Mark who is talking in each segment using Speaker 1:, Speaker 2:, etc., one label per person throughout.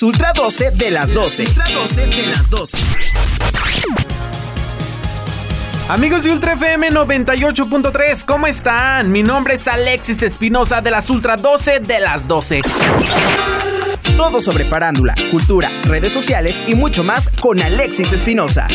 Speaker 1: Ultra 12 de las 12. Ultra 12 de las 12.
Speaker 2: Amigos de Ultra FM 98.3, ¿cómo están? Mi nombre es Alexis Espinosa de las Ultra 12 de las 12.
Speaker 1: Todo sobre farándula, cultura, redes sociales y mucho más con Alexis Espinosa.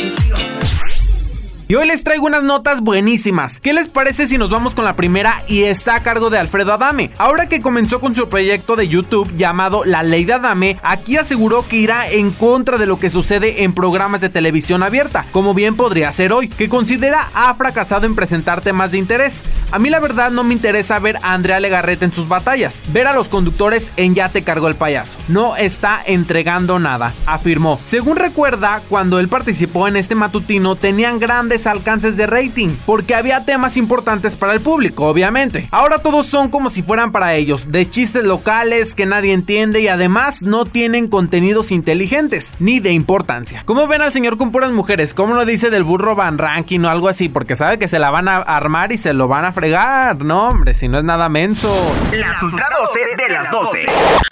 Speaker 2: Y hoy les traigo unas notas buenísimas. ¿Qué les parece si nos vamos con la primera? Y está a cargo de Alfredo Adame. Ahora que comenzó con su proyecto de YouTube llamado La Ley de Adame, aquí aseguró que irá en contra de lo que sucede en programas de televisión abierta, como bien podría ser hoy, que considera ha fracasado en presentar temas de interés. A mí la verdad no me interesa ver a Andrea Legarreta en sus batallas, ver a los conductores en Ya te cargó el payaso. No está entregando nada, afirmó. Según recuerda, cuando él participó en este matutino tenían grandes alcances de rating, porque había temas importantes para el público, obviamente. Ahora todos son como si fueran para ellos, de chistes locales que nadie entiende y además no tienen contenidos inteligentes, ni de importancia. ¿Cómo ven al señor con puras mujeres? ¿Cómo lo dice del burro Van Ranking o algo así? Porque sabe que se la van a armar y se lo van a fregar. No, hombre, si no es nada menso.
Speaker 1: Las Ultra 12 de las 12.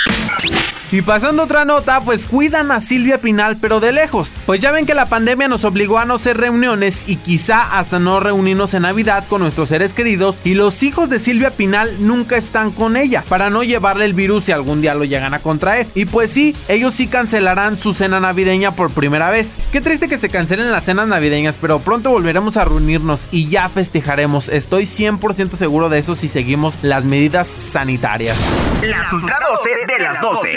Speaker 2: Y pasando a otra nota, pues cuidan a Silvia Pinal pero de lejos. Pues ya ven que la pandemia nos obligó a no hacer reuniones y quizá hasta no reunirnos en Navidad con nuestros seres queridos, y los hijos de Silvia Pinal nunca están con ella para no llevarle el virus si algún día lo llegan a contraer. Y pues sí, ellos sí cancelarán su cena navideña por primera vez. Qué triste que se cancelen las cenas navideñas, pero pronto volveremos a reunirnos y ya festejaremos. Estoy 100% seguro de eso si seguimos las medidas sanitarias.
Speaker 1: Las Ultra 12 de las 12.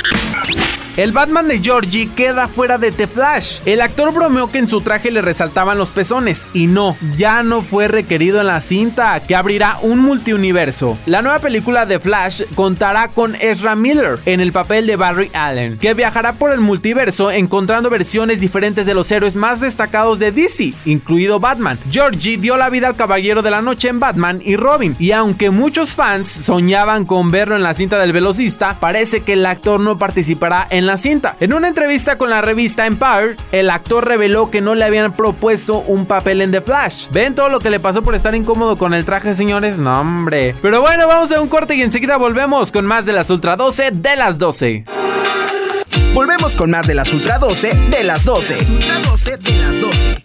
Speaker 2: El Batman de Georgie queda fuera de The Flash. El actor bromeó que en su traje le resaltaban los pezones y no, ya no fue requerido en la cinta, que abrirá un multiuniverso. La nueva película de Flash contará con Ezra Miller en el papel de Barry Allen, que viajará por el multiverso encontrando versiones diferentes de los héroes más destacados de DC, incluido Batman. Georgie dio la vida al Caballero de la Noche en Batman y Robin, y aunque muchos fans soñaban con verlo en la cinta del velocista, parece que el actor no participará en la cinta. En una entrevista con la revista Empire, el actor reveló que no le habían propuesto un papel en The Flash. ¿Ven todo lo que le pasó por estar incómodo con el traje, señores? No, hombre. Pero bueno, vamos a un corte y enseguida volvemos con más de las Ultra 12 de las 12.
Speaker 1: Volvemos con más de las Ultra 12 de las 12. Las Ultra 12 de las 12.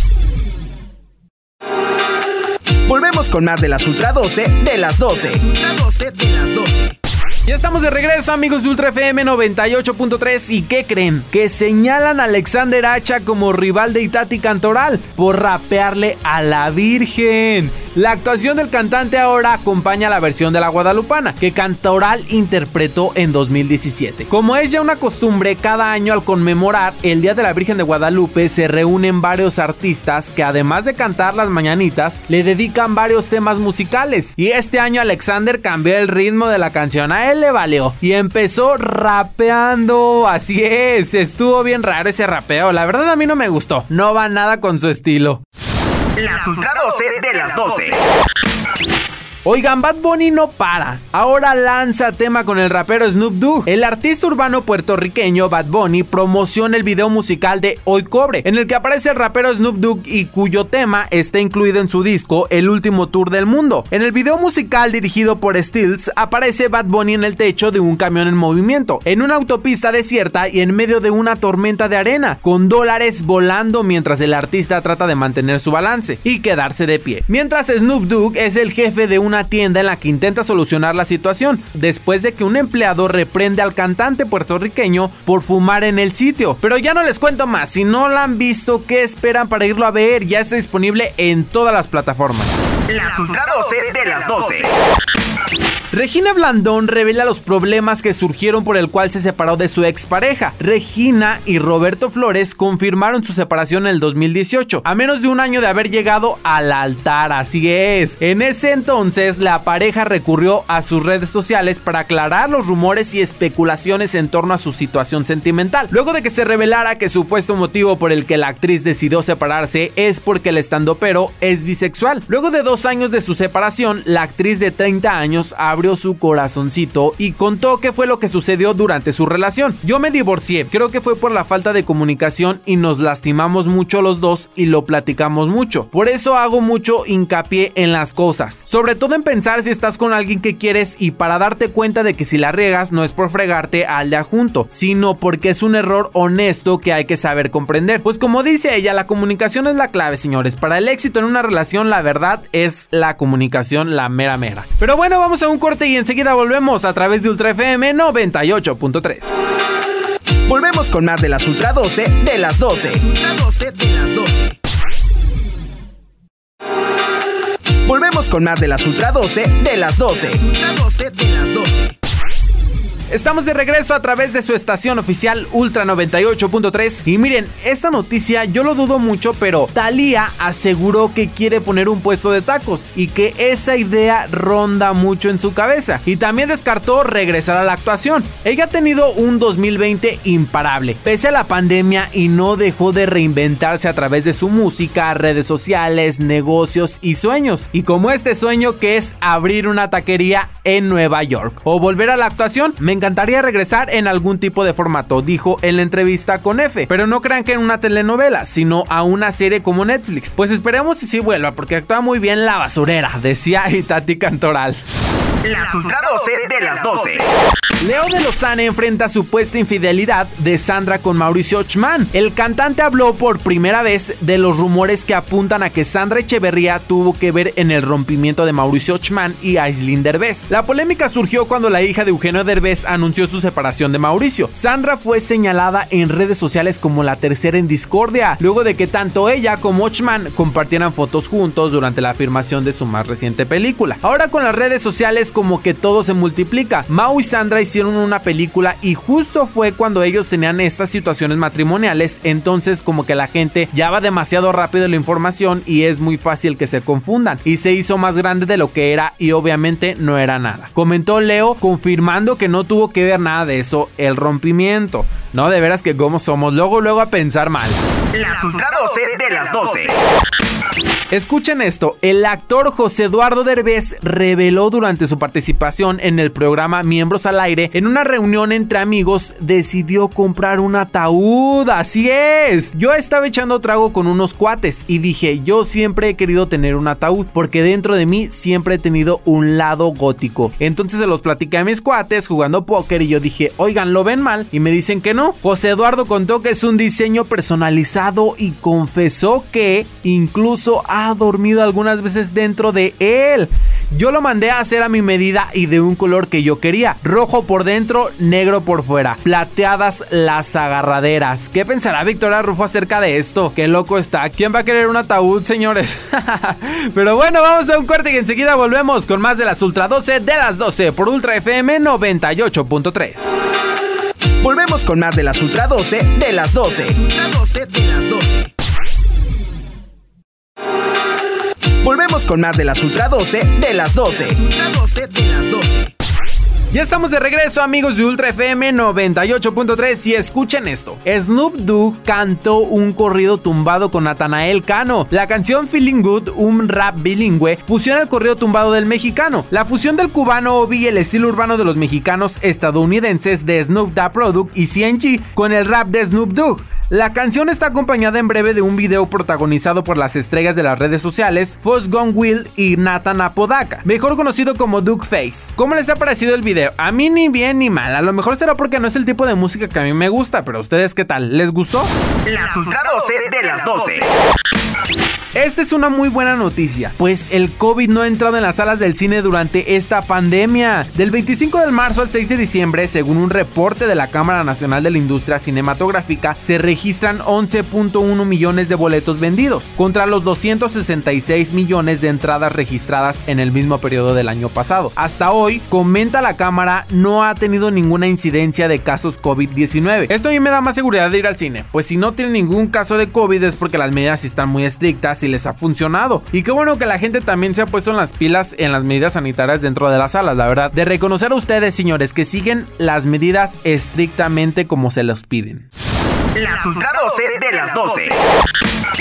Speaker 1: Volvemos con más de las Ultra 12 de las 12. Las Ultra 12 de las 12.
Speaker 2: Ya estamos de regreso, amigos de Ultra FM 98.3. ¿Y qué creen? Que señalan a Alexander Hacha como rival de Itati Cantoral por rapearle a la Virgen. La actuación del cantante ahora acompaña la versión de La Guadalupana, que Cantoral interpretó en 2017. Como es ya una costumbre, cada año al conmemorar el Día de la Virgen de Guadalupe se reúnen varios artistas que además de cantar las mañanitas, le dedican varios temas musicales. Y este año Alexander cambió el ritmo de la canción, a él le valió y empezó rapeando. Así es, estuvo bien raro ese rapeo, la verdad a mí no me gustó, no va nada con su estilo.
Speaker 1: Las Ultra 12 de las 12.
Speaker 2: Oigan, Bad Bunny no para. Ahora lanza tema con el rapero Snoop Dogg. El artista urbano puertorriqueño Bad Bunny promociona el video musical de Hoy Cobre, en el que aparece el rapero Snoop Dogg y cuyo tema está incluido en su disco El Último Tour del Mundo. En el video musical dirigido por Stills aparece Bad Bunny en el techo de un camión en movimiento, en una autopista desierta y en medio de una tormenta de arena, con dólares volando mientras el artista trata de mantener su balance y quedarse de pie. Mientras Snoop Dogg es el jefe de una tienda en la que intenta solucionar la situación después de que un empleado reprende al cantante puertorriqueño por fumar en el sitio. Pero ya no les cuento más, si no la han visto, ¿qué esperan para irlo a ver? Ya está disponible en todas las plataformas.
Speaker 1: Las Ultra 12 de las 12.
Speaker 2: Regina Blandón revela los problemas que surgieron por el cual se separó de su expareja. Regina y Roberto Flores confirmaron su separación en el 2018, a menos de un año de haber llegado al altar, así es. En ese entonces, la pareja recurrió a sus redes sociales para aclarar los rumores y especulaciones en torno a su situación sentimental, luego de que se revelara que supuesto motivo por el que la actriz decidió separarse es porque el estandopero es bisexual. Luego de 2 años de su separación, la actriz de 30 años abrió abrió su corazoncito y contó qué fue lo que sucedió durante su relación. Yo me divorcié, creo que fue por la falta de comunicación y nos lastimamos mucho los dos y lo platicamos mucho. Por eso hago mucho hincapié en las cosas, sobre todo en pensar si estás con alguien que quieres y para darte cuenta de que si la riegas no es por fregarte al de adjunto, sino porque es un error honesto que hay que saber comprender. Pues como dice ella, la comunicación es la clave, señores. Para el éxito en una relación, la verdad es la comunicación, la mera mera. Pero bueno, vamos a un corte y enseguida volvemos a través de Ultra FM 98.3.
Speaker 1: Volvemos con más de las Ultra 12 de las 12. Ultra 12 de las 12. Volvemos con más de las Ultra 12 de las 12. Ultra 12 de las 12.
Speaker 2: Estamos de regreso a través de su estación oficial Ultra 98.3 y miren, esta noticia yo lo dudo mucho, pero Thalía aseguró que quiere poner un puesto de tacos y que esa idea ronda mucho en su cabeza, y también descartó regresar a la actuación. Ella ha tenido un 2020 imparable, pese a la pandemia, y no dejó de reinventarse a través de su música, redes sociales, negocios y sueños, y como este sueño que es abrir una taquería en Nueva York o volver a la actuación. Me encantaría regresar en algún tipo de formato, dijo en la entrevista con F, pero no crean que en una telenovela, sino a una serie como Netflix. Pues esperemos y sí vuelva, porque actúa muy bien La Basurera, decía Itati Cantoral.
Speaker 1: Las Ultra 12 de las 12.
Speaker 2: Leo de Lozane enfrenta supuesta infidelidad de Sandra con Mauricio Ochman. El cantante habló por primera vez de los rumores que apuntan a que Sandra Echeverría tuvo que ver en el rompimiento de Mauricio Ochman y Aislinn Derbez. La polémica surgió cuando la hija de Eugenio Derbez anunció su separación de Mauricio. Sandra fue señalada en redes sociales como la tercera en discordia, luego de que tanto ella como Ochman compartieran fotos juntos durante la filmación de su más reciente película. Ahora con las redes sociales como que todo se multiplica. Mau y Sandra hicieron una película y justo fue cuando ellos tenían estas situaciones matrimoniales, entonces como que la gente ya va demasiado rápido la información y es muy fácil que se confundan, y se hizo más grande de lo que era y obviamente no era nada, comentó Leo, confirmando que no tuvo que ver nada de eso el rompimiento. No, de veras que como somos luego a pensar mal.
Speaker 1: Las Ultra 12 de las 12.
Speaker 2: Escuchen esto, el actor José Eduardo Derbez reveló durante su participación en el programa Miembros al Aire, en una reunión entre amigos, decidió comprar un ataúd. Así es, yo estaba echando trago con unos cuates y dije, yo siempre he querido tener un ataúd, porque dentro de mí siempre he tenido un lado gótico. Entonces se los platiqué a mis cuates jugando póker y yo dije, oigan, ¿lo ven mal? Y me dicen que no. José Eduardo contó que es un diseño personalizado y confesó que incluso ha dormido algunas veces dentro de él. Yo lo mandé a hacer a mi medida y de un color que yo quería, rojo por dentro, negro por fuera, plateadas las agarraderas. ¿Qué pensará Victoria Rufo acerca de esto? Qué loco está. ¿Quién va a querer un ataúd, señores? Pero bueno, vamos a un corte y enseguida volvemos con más de las Ultra 12 de las 12 por Ultra FM 98.3.
Speaker 1: Volvemos con más de las Ultra 12 de las 12. Ultra 12 de las 12. Volvemos con más de las Ultra 12 de las 12. Ultra 12 de las 12.
Speaker 2: Ya estamos de regreso, amigos de Ultra FM 98.3, y escuchen esto. Snoop Dogg cantó un corrido tumbado con Natanael Cano. La canción Feeling Good, un rap bilingüe, fusiona el corrido tumbado del mexicano. La fusión del cubano Obi y el estilo urbano de los mexicanos estadounidenses de Snoop Dogg Product y CNG con el rap de Snoop Dogg. La canción está acompañada en breve de un video protagonizado por las estrellas de las redes sociales Foz Gone Wild y Nathan Apodaca, mejor conocido como Duke Face. ¿Cómo les ha parecido el video? A mí ni bien ni mal, a lo mejor será porque no es el tipo de música que a mí me gusta, pero ¿ustedes qué tal? ¿Les gustó?
Speaker 1: Las Ultra 12 de las 12.
Speaker 2: Esta es una muy buena noticia, pues el COVID no ha entrado en las salas del cine durante esta pandemia. Del 25 de marzo al 6 de diciembre, según un reporte de la Cámara Nacional de la Industria Cinematográfica, se registran 11.1 millones de boletos vendidos, contra los 266 millones de entradas registradas en el mismo periodo del año pasado. Hasta hoy, comenta la Cámara, no ha tenido ninguna incidencia de casos COVID-19. Esto a mí me da más seguridad de ir al cine, pues si no tiene ningún caso de COVID es porque las medidas están muy estrictas y les ha funcionado. Y qué bueno que la gente también se ha puesto en las pilas en las medidas sanitarias dentro de las salas, la verdad. De reconocer a ustedes, señores, que siguen las medidas estrictamente como se los piden.
Speaker 1: Las Ultra 12 de las 12.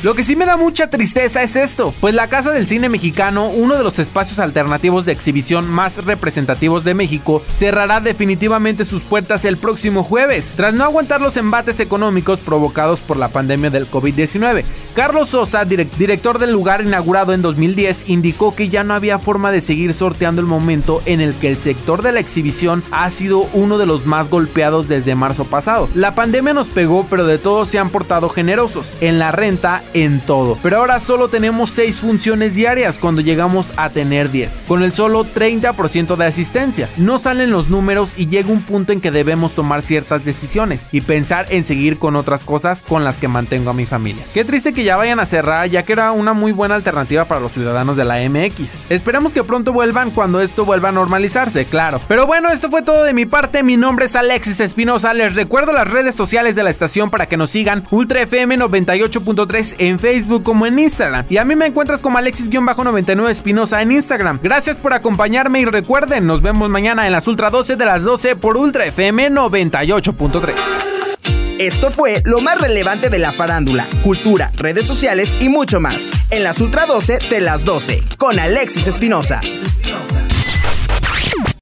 Speaker 2: Lo que sí me da mucha tristeza es esto, pues la Casa del Cine Mexicano, uno de los espacios alternativos de exhibición más representativos de México, cerrará definitivamente sus puertas el próximo jueves, tras no aguantar los embates económicos provocados por la pandemia del COVID-19. Carlos Sosa, director del lugar inaugurado en 2010, indicó que ya no había forma de seguir sorteando el momento en el que el sector de la exhibición ha sido uno de los más golpeados desde marzo pasado. La pandemia nos pegó, pero de todos se han portado generosos, en la renta, en todo. Pero ahora solo tenemos 6 funciones diarias cuando llegamos a tener 10, con el solo 30% de asistencia. No salen los números y llega un punto en que debemos tomar ciertas decisiones y pensar en seguir con otras cosas con las que mantengo a mi familia. Qué triste que ya vayan a cerrar, ya que era una muy buena alternativa para los ciudadanos de la MX. Esperemos que pronto vuelvan cuando esto vuelva a normalizarse, claro. Pero bueno, esto fue todo de mi parte. Mi nombre es Alexis Espinosa. Les recuerdo las redes sociales de la estación para que nos sigan: Ultra FM 98.3 en Facebook como en Instagram. Y a mí me encuentras como Alexis-99 Espinosa en Instagram. Gracias por acompañarme y recuerden, nos vemos mañana en las Ultra 12 de las 12 por Ultra FM 98.3.
Speaker 1: Esto fue lo más relevante de la farándula, cultura, redes sociales y mucho más en las Ultra 12 de las 12 con Alexis Espinosa.